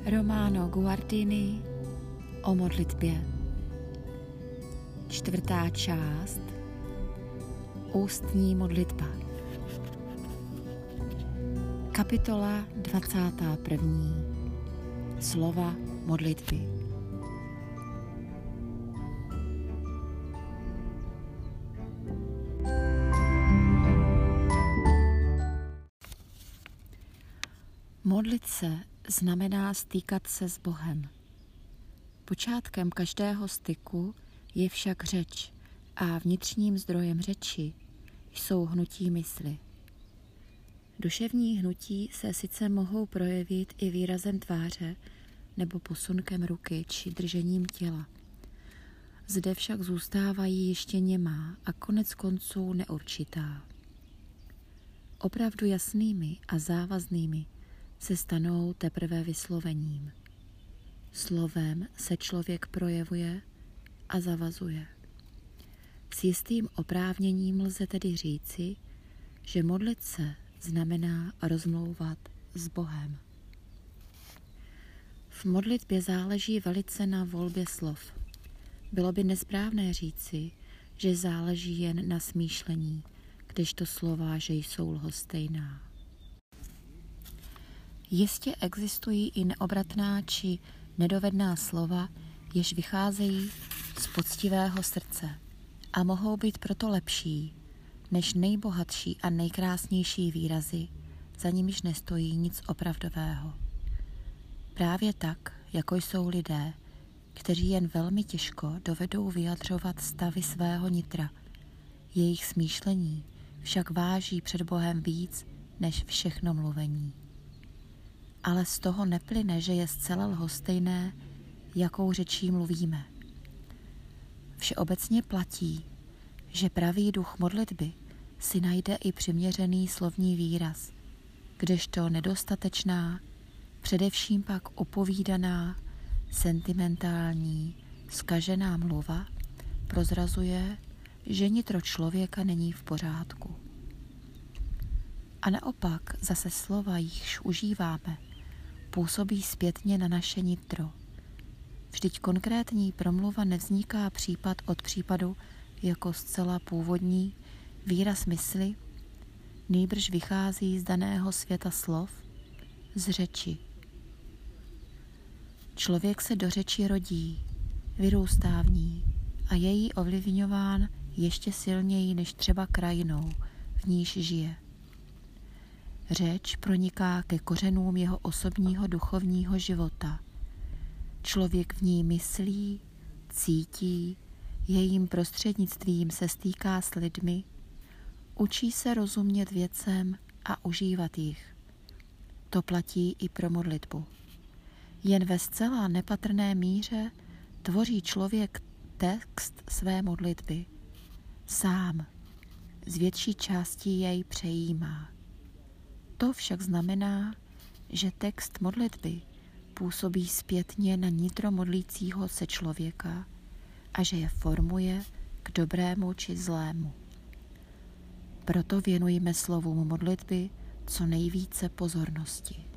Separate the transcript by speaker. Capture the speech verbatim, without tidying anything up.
Speaker 1: Romano Guardini o modlitbě. Čtvrtá část. Ústní modlitba. Kapitola dvacátá první. Slova modlitby. Modlit se znamená stýkat se s Bohem. Počátkem každého styku je však řeč a vnitřním zdrojem řeči jsou hnutí mysli. Duševní hnutí se sice mohou projevit i výrazem tváře nebo posunkem ruky či držením těla. Zde však zůstávají ještě němá a konec konců neurčitá. Opravdu jasnými a závaznými se stanou teprve vyslovením. Slovem se člověk projevuje a zavazuje. S jistým oprávněním lze tedy říci, že modlit se znamená rozmlouvat s Bohem. V modlitbě záleží velice na volbě slov. Bylo by nesprávné říci, že záleží jen na smýšlení, kdežto slova, že jsou lhostejná. Jistě existují i neobratná či nedovedná slova, jež vycházejí z poctivého srdce a mohou být proto lepší než nejbohatší a nejkrásnější výrazy, za nimiž nestojí nic opravdového. Právě tak, jako jsou lidé, kteří jen velmi těžko dovedou vyjadřovat stavy svého nitra. Jejich smýšlení však váží před Bohem víc než všechno mluvení. Ale z toho neplyne, že je zcela lhostejné, jakou řečí mluvíme. Všeobecně platí, že pravý duch modlitby si najde i přiměřený slovní výraz, kdežto nedostatečná, především pak upovídaná, sentimentální, zkažená mluva prozrazuje, že nitro člověka není v pořádku. A naopak zase slova, jichž užíváme, působí zpětně na naše nitro. Vždyť konkrétní promluva nevzniká případ od případu jako zcela původní výraz mysli, nýbrž vychází z daného světa slov, z řeči. Člověk se do řeči rodí, vyrůstá v ní a je jí ovlivňován ještě silněji než třeba krajinou, v níž žije. Řeč proniká ke kořenům jeho osobního duchovního života. Člověk v ní myslí, cítí, jejím prostřednictvím se stýká s lidmi, učí se rozumět věcem a užívat jich. To platí i pro modlitbu. Jen ve zcela nepatrné míře tvoří člověk text své modlitby. Sám, z větší části jej přejímá. To však znamená, že text modlitby působí zpětně na nitro modlícího se člověka a že je formuje k dobrému či zlému. Proto věnujme slovům modlitby co nejvíce pozornosti.